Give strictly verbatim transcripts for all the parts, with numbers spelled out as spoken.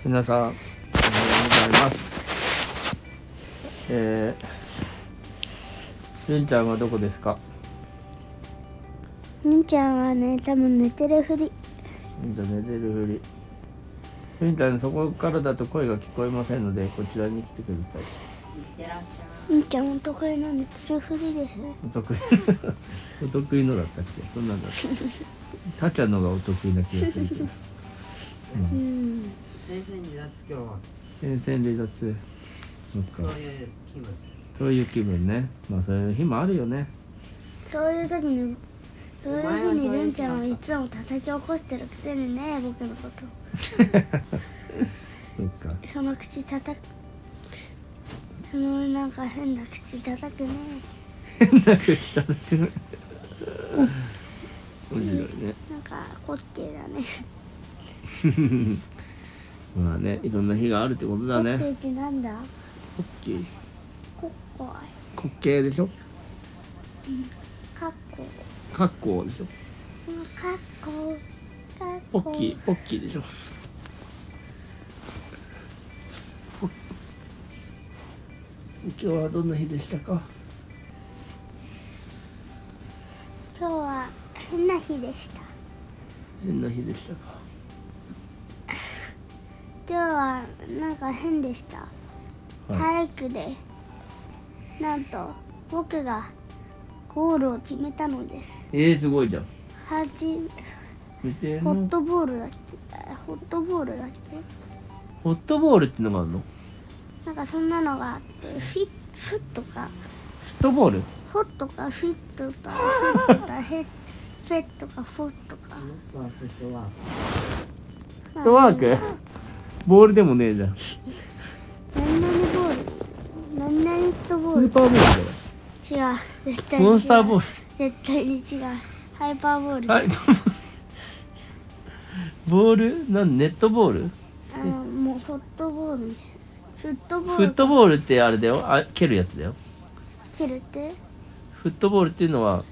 皆さんおはようございます。えー、るんちゃんはどこですか？ るんちゃんはね、多分寝てるふり。 るんちゃん寝てるふり。るんちゃんそこからだと声が聞こえませんので、こちらに来てください。 るんちゃんお得意の寝てるふりです。 お得意お得意のだったっけ？そんなんだったたっちゃんのがお得意な気がするけど、 うん、うん先生離脱今日は先生離脱。そっか、 そういう気分。 そういう気分ね。まあそういう日もあるよね。 そういう時にそういう日にるんちゃんはいつも叩き起こしてるくせにね、僕のことそっか、 その口叩く、そのなんか変な口叩くね。 変な口叩くね面白いね。 なんか滑稽だね。 まあね、いろんな日があるってことだね。 滑稽ってなんだ？ ホッキー、 こっこい。 滑稽でしょ。 かっこ。 カッコでしょ。 かっこ。かっこ。 ポッキー、ポッキーでしょ。今日はどんな日でしたか？ 今日は変な日でした。 変な日でしたか。 今日はなんか変でした。 はい、 体育でなんと僕がゴールを決めたのです。 えー、すごいじゃん。 はじ見てホッのトボールだっけ？ホットボールだっけ？ ホットボールってのがあるの？ なんかそんなのがあって、フィッフットかフットボール？ フォットかフィットかフットかヘッフェットかフォットか。 フットワーク。 フットワーク？ボールでもねえじゃん。 何々ボール？何々フットボール？ スーパーボール違う、絶対に違う。 モンスターボール。 絶対に違う。ハイパーボール。 はい。ボール？なんネットボール？ あのもうホットボールみたいな。フットボール。 フットボールってあれだよ。あ、蹴るやつだよ。 蹴るって？ フットボールっていうのは、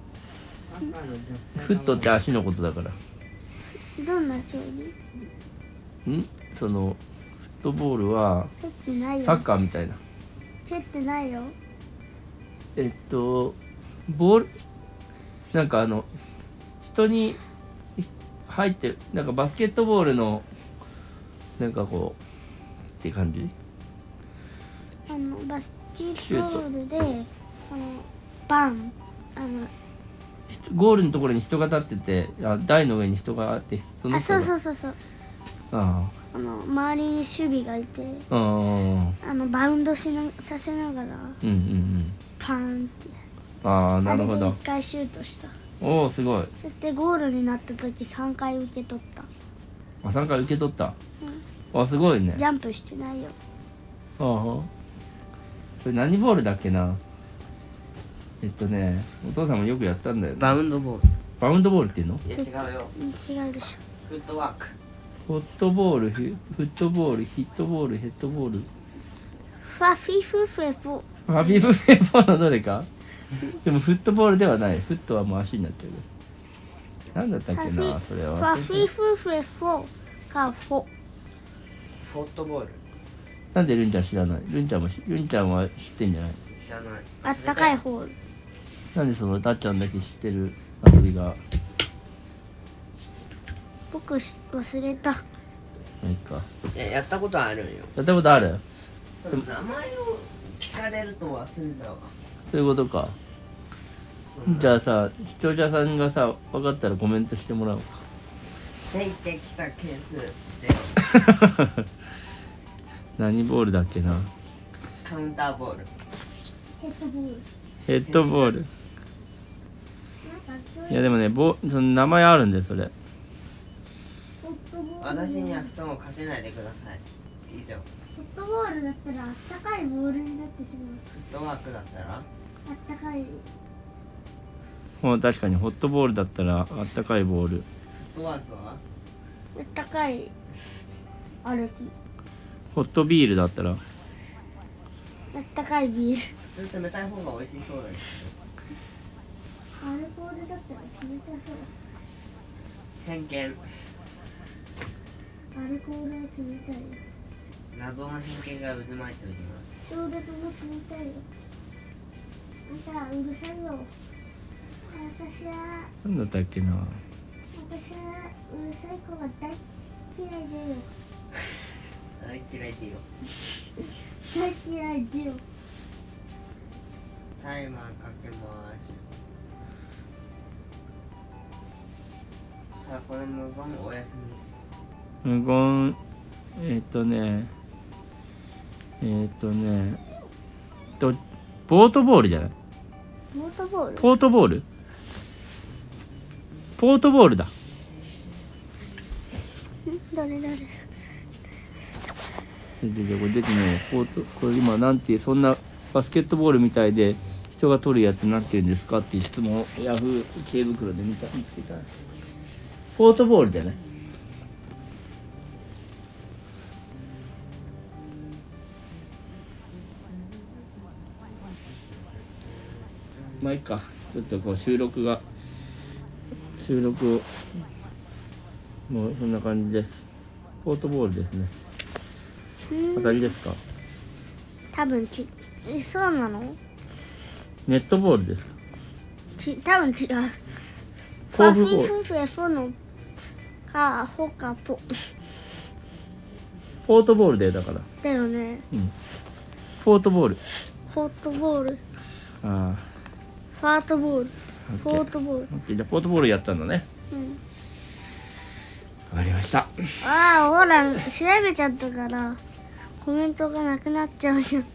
フットって足のことだから。 どんな調理？ ん？そのフットボールは蹴ってないよ。 サッカーみたいな。 蹴ってないよ。 えっとボールなんかあの人に入ってるなんかバスケットボールのなんかこうって感じ。 あのバスケットボールでそのバンあのゴールのところに人が立ってて、あ台の上に人があってそのあそう人がそうそうそうああの周りに守備がいてああああのバウンドしなさせながらうんうんうんパーンってああなるほあれでど。 一回シュートした。 おおすごい。 そしてゴールになった時さんかい受け取った。 あさんかい受け取った、あすごいね。 ジャンプしてないよ。 ああそれ何ボールだっけな。えっとねお父さんもよくやったんだよね。 バウンドボール。 バウンドボールっていうの？ いや違うよ。 違うでしょ。 フットワーク。 ホットボール、フフットボール、ヒットボール、ヘッドボール。 ファフィフフェフォ。 ファビブフェボーのどれか？でもフットボールではない。フットはもう足になっちゃう。なんだったっけな、それフは。 ァフィフフェフォかフォ。 フォットボール。 なんでルンちゃん知らない？ルンちゃんもしルンちゃんは知ってんじゃない？ 知らない。 あったかいホール。 なんでそのたっちゃんだけ知ってる遊びが僕し忘れた。 ないか。 いややったことあるんよ。 やったことある？ 名前を聞かれると忘れたわ。 そういうことか。じゃあさ、視聴者さんがさ分かったらコメントしてもらおうか。 出てきた件数ゼロ。 何ボールだっけな。 カウンターボール。 ヘッドボール。 ヘッドボール。いやでもね、ボその名前あるんでそれ。 私には布団をかけないでください。以上。 ホットボールだったらあったかいボールになってしまう。 フットワークだったらあったかい。 もう確かにホットボールだったらあったかいボール。 フットワークはあったかい歩き。 ホットビールだったらあったかいビール。 それ冷たい方が美味しそうだけど。 アルコールだったら冷たそう。 偏見。 アルコールは冷たいよ。 謎の偏見が渦巻いております。 消毒も冷たいよ。あんたうるさいよ。私はなんだったっけな。 私はうるさい子が大嫌いだよ。 大嫌いでよ。 大嫌いじよ。 サイマーかけまーし。さあこの無言おやすみ。 無言えっ、ー、とねえっ、ー、とねとボートボールじゃない？ モートボール？ ポートボール？ポートボールだ。 どれどれ？ でででこれ出てねポートこれ今なんてそんなバスケットボールみたいで人が取るやつなんて言うんですかっていう質問をヤフー知恵袋で見た見つけた。ポートボールじゃない？まあいいか。ちょっとこう収録が収録をもうそんな感じです。ポートボールですね。当たりですか？ 多分ちえそうなの？ ネットボールですか？ ち多分違う。 フォークボール。 ファフィフフェフのかほかぽポートボールだよだから。 だよね。 うん。ポートボール。 フォートボール、 あファートボール、 あ。 フォートボール。 オッケーじゃあポートボールやったんだね。 うん。 わかりました。 ああほら調べちゃったからコメントがなくなっちゃうじゃん。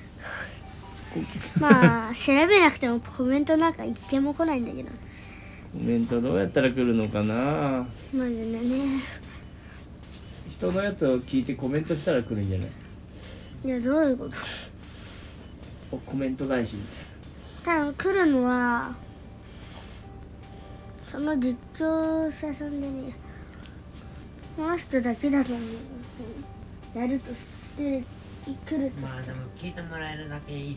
まあ調べなくてもコメントなんか一件も来ないんだけど。 コメントどうやったら来るのかな。 マジでね。 人のやつを聞いてコメントしたら来るんじゃない？ いやどういうこと？ おコメント返しみたい多分来るのはその実況者さんでね、この人だけだと思う。やるとして来るとまあでしたら、 も聞いてもらえるだけいい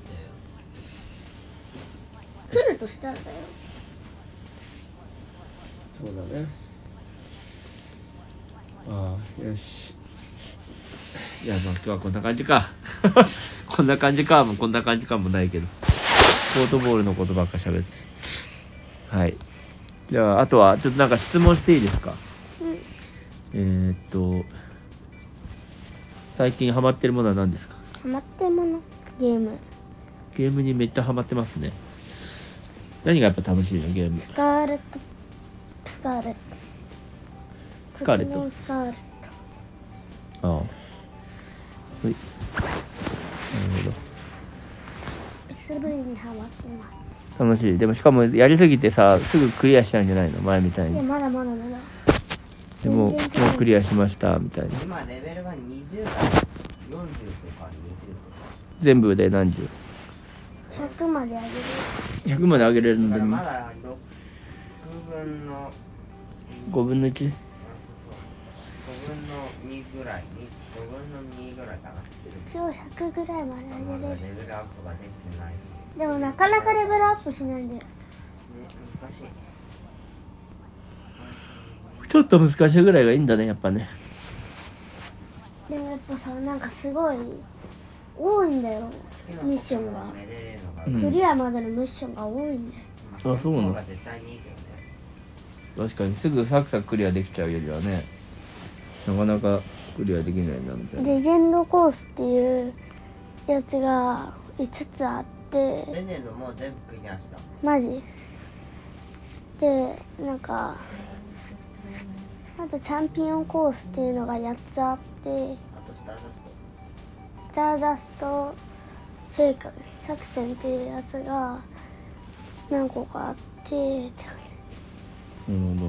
とよ。 来るとしたらだよ。 な。そうだね。ああよし。いやまあ今日はこんな感じか。こんな感じかもこんな感じかもないけどポートボールのことばっか喋って。はい。じゃああとはちょっとなんか質問していいですか？ うん。 えー、っと最近ハマってるものは何ですか？ ハマってるもの、ゲーム。 ゲームにめっちゃハマってますね。何がやっぱ楽しいのゲーム？ スカーレットスカーレットスカーレットポケモンスカーレッああはいなるほど。 ト エスブイ にハマってま楽しい。でもしかもやりすぎてさすぐクリアしちゃうんじゃないの前みたいす。いやに。 まだまだまだ。 でもも全然うクリアしましたみたいな。 今レベルがにじゅうからよんじゅうとかにじゅうとか。 全部で何十？ ひゃくまで上げる。 ひゃくまで上げれるのでもだからまだろくぶんのごぶんのいち？ あそうそうごぶんのにぐらいにごぶんのにぐらいかな。 一応ひゃくぐらいまでまだレ上げれる。 ベルアップができてないし。 でもなかなかレベルアップしないんだよ。 ね、難しい。 ちょっと難しいぐらいがいいんだねやっぱね。 でもやっぱさなんかすごい多いんだよミッションが。 めでれるのがうんクリアまでのミッションが多いんだよ。 まあそうなのそ方が絶対にいいけどね。 確かにすぐサクサククリアできちゃうよりはねなかなかクリアできないなみたいな。 レジェンドコースっていうやつがいつつあってレジェンドもう全部クリアした。 マジでなんかあとチャンピオンコースっていうのがやっつあってあとスターダススターダスト計画作戦っていうやつが何個かあってって感じ。 なるほど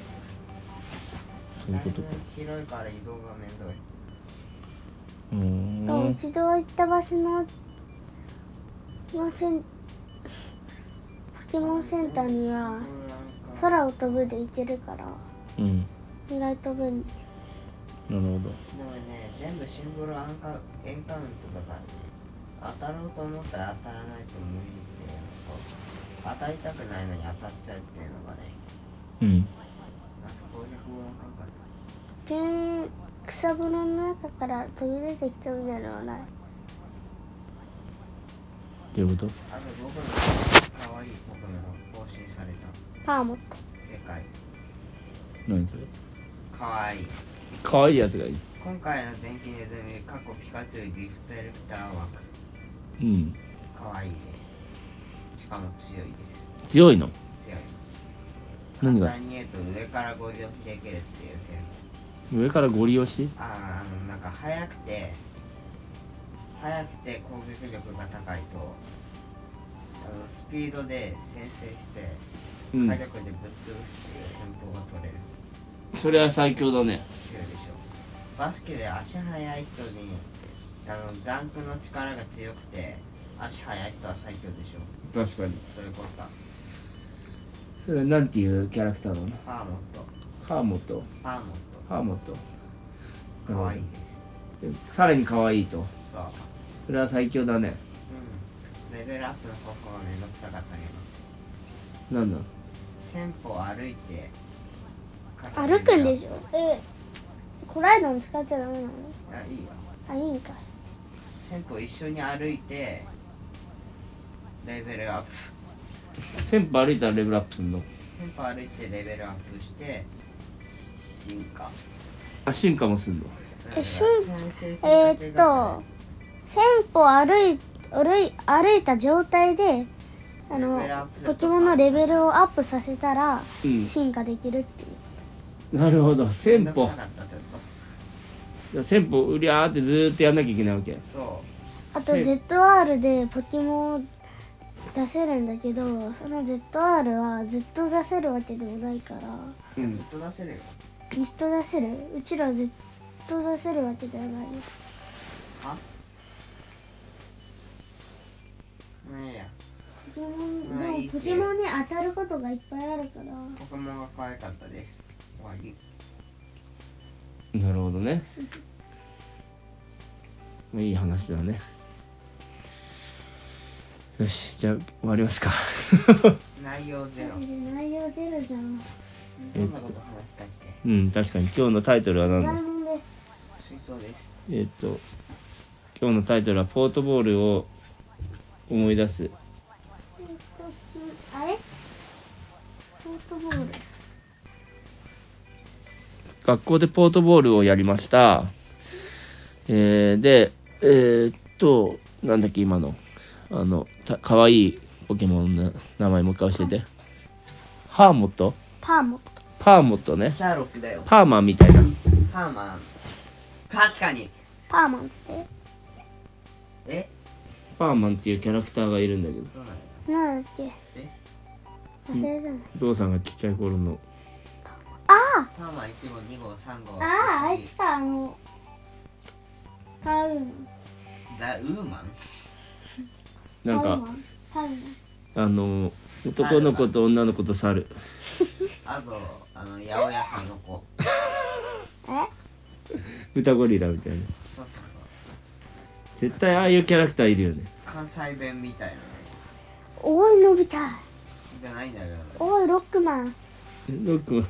そういうことか。 広いから移動がめんどい。 うーん一度行った場所ののセンポケモンセンターには空を飛ぶで行けるからうん意外と便利。 なるほど。 でもね、全部シンボルアンカエンカウントだからね、当たろうと思ったら当たらないと無理っていうのと、当たりたくないのに当たっちゃうっていうのがね、 うんまず攻略もかかる。 チューン草風呂の中から飛び出てきたみたいなのはない。 どういうこと？ あと僕の可愛いポケモン更新された。 パーモット。 世界何それ？ 可愛い。 可愛いやつがいい。 今回の電気ネズミ過去ピカチュウギフトエレクター枠。 うん。 可愛いです。しかも強いです。 強いの？ 強い。 何が？ 簡単に言うと上からゴリ押しできるっていう戦法。 上からゴリ押し？ ああ、あのなんか速くて速くて攻撃力が高いとあのスピードで先制してうん。 火力でぶっ潰すっていう戦法が取れる。 それは最強だね。 強いでしょ。バスケで足速い人にあのダンクの力が強くて足速い人は最強でしょ。 確かに。 そういうことだ。 それはなんていうキャラクターなの？ パーモット。 ハーモット。 パーモッハーモット。 ト。可愛いです。 でさらに可愛いと。 そう。 それは最強だね。 うん。レベルアップの方法がめんどくさかったけど。 なんだ？ 先歩歩いて歩くんでしょ。え、コライドン使っちゃダメなの？ いや、いいよ。 あ、いいんかい。 先歩一緒に歩いてレベルアップ。 先歩歩いたらレベルアップするの？ 先歩歩いてレベルアップして進化。 あ、進化もするの？ えしえー、っと先歩歩い歩い歩いた状態であのポケモンのレベルをアップさせたらうん。 進化できるっていう。 なるほど。先歩めんどくさ。かったちょっと。 先歩うりゃーってずーっとやんなきゃいけないわけ。 そあとせゼットアール でポケモンを出せるんだけど、その ゼットアール はずっと出せるわけでもないから。 う。 うんずっ。と出せるよ。 ずっと出せる？うちらずっと出せるわけではないよ。 は？まあいいや。 ポケモンまあいいっすよでもポケモンに当たることがいっぱいあるから。 ポケモンが可愛かったです。終わり。 なるほどね。いい話だね。よし、じゃあ終わりますか。 内容ゼロ。 マジで内容ゼロじゃん。 どんなこと話したっけ？ うん、確かに今日のタイトルは何だ？ ドラえもんです。 水槽です。 えーっと今日のタイトルはポートボールを思い出す。 えっとあれ？ポートボール。 学校でポートボールをやりました。えー、でえー、っとなんだっけ今のあのたかわいいポケモンの名前もう一回教えて。ハーモット？ パーモット。 パーモットね。 シャーロックだよ。 パーマンみたいな。 パーマン。確かに。 パーマンってえ？ パーマンっていうキャラクターがいるんだけど、 そうなんだ。 なんだっけ？ え？ 忘れたの。 お父さんがちっちゃい頃の。 あパーマンいち号、に号、さん号。 あ、ああ、あいつか、あのパウン。 ザ・ウーマン？ なんかパウマンパウマン。 あの男の子と女の子と猿。 あと、あの、八百屋さんの子。 え？ 豚ゴリラみたいな。 そうそうそう。 絶対ああいうキャラクターいるよね。 関西弁みたいな。 おい、のび太。 じゃないんだけど。 おい、ロックマン。 ロックマン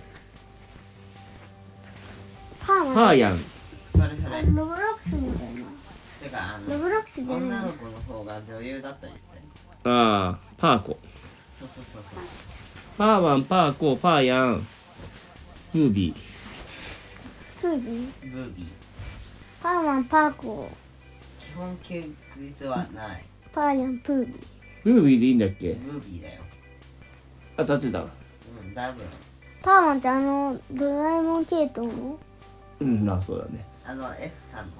パーマン。 パーヤン。 それそれ。 ロブロックスみたいな。 てか、あロの、 ブロックスで女の子の方が女優だったりして。 ああパーコ。 そうそうそうそう。 パーワンパーコパーヤンムービー。 フービー。 ブービー。 パーマン、パーコ基本休日はない。 ー、パーヤン、プービー。 ムービーでいいんだっけ？ ブービーだよ。 当たってた。 うん、多分。 パーマンってあのドラえもん系統のうんまあそうだね。 あの、F さんの。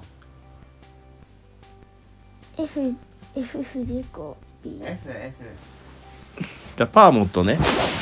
F、F フジコ B。 F、F。 じゃあパーモットね。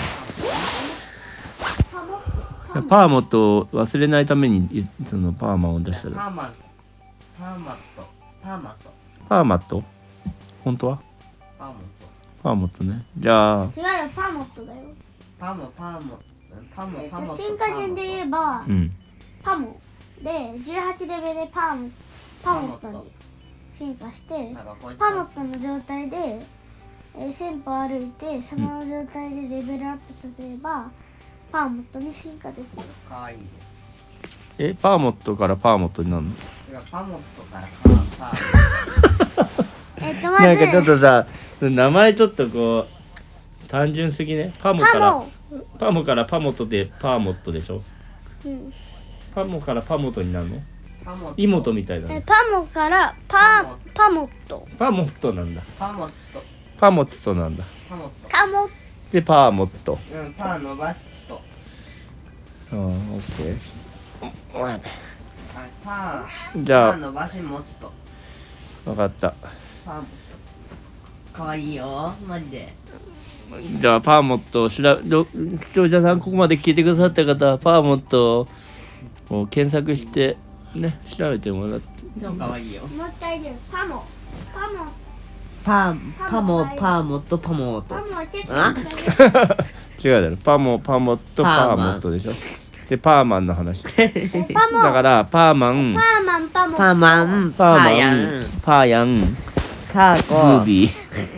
パーモットを忘れないためにそのパーマンを出したらパーマ、パーマット、パーマット、 パーマット本当はパーモット。 パーモットね。じゃあ違うよ、パーモットだよ。 パーモ、パーモ、パモ、 えっパモと、進化順で言えば、 うんパモでじゅうはちレベルでパーモパモットに進化してなんかこいつパモットの状態で、えー、先歩歩いてその状態でレベルアップさせれば、パーモットに進化できる。 かわいいね。 えパーモットからパーモットになるの？ てかパモットからパーパーえっとまなんかちょっずとさ名前ちょっとこう単純すぎね。パモからパモ、 パモからパモトでパーモットでしょ。 うん、 パモからパモトになるの？ パモット妹みたいだね。 えパモからパパモットパモットなんだ。 パモットパモットなんだ。 パモットパモでパーモット。 うんパー伸ばすとうんオッケー。おやべ。 あパーじゃパー伸ばし持つとあ分かった。 パーモットかわいいよマジでじゃあパーモットをしらど視聴者さんここまで聞いてくださった方はパーモットを検索してね調べてもらって。 超かわいいよもう一回言うパモパモパパモパーモットパモットパモチェッあク違うだろ。パモパモットパーモットでしょ。でパーマンの話。 パモだからパーマンパーマンパモパーマンパーマンヤンパーヤンカーブコービー。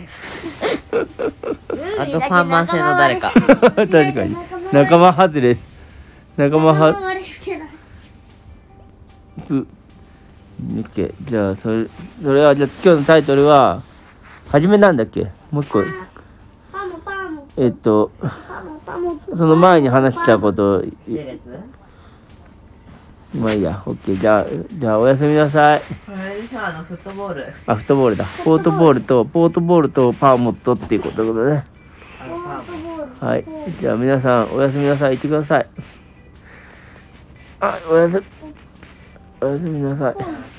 あとパーマン製の誰か確かに仲間外れ仲間は割れしてないぶオッケー。じゃあそれそれはじゃあ今日のタイトルは初めなんだっけ。もう一個パモパモえっとパモパモその前に話したこと系列まあいいや。オッケー。じゃあじゃあおやすみなさい。 これさあのフットボールあフットボールだ。ポートボールとポートボールとパーモットっていうことだね。 あのパーモットはい。じゃあ皆さんおやすみなさい。行ってください。あおやすおやすみなさい。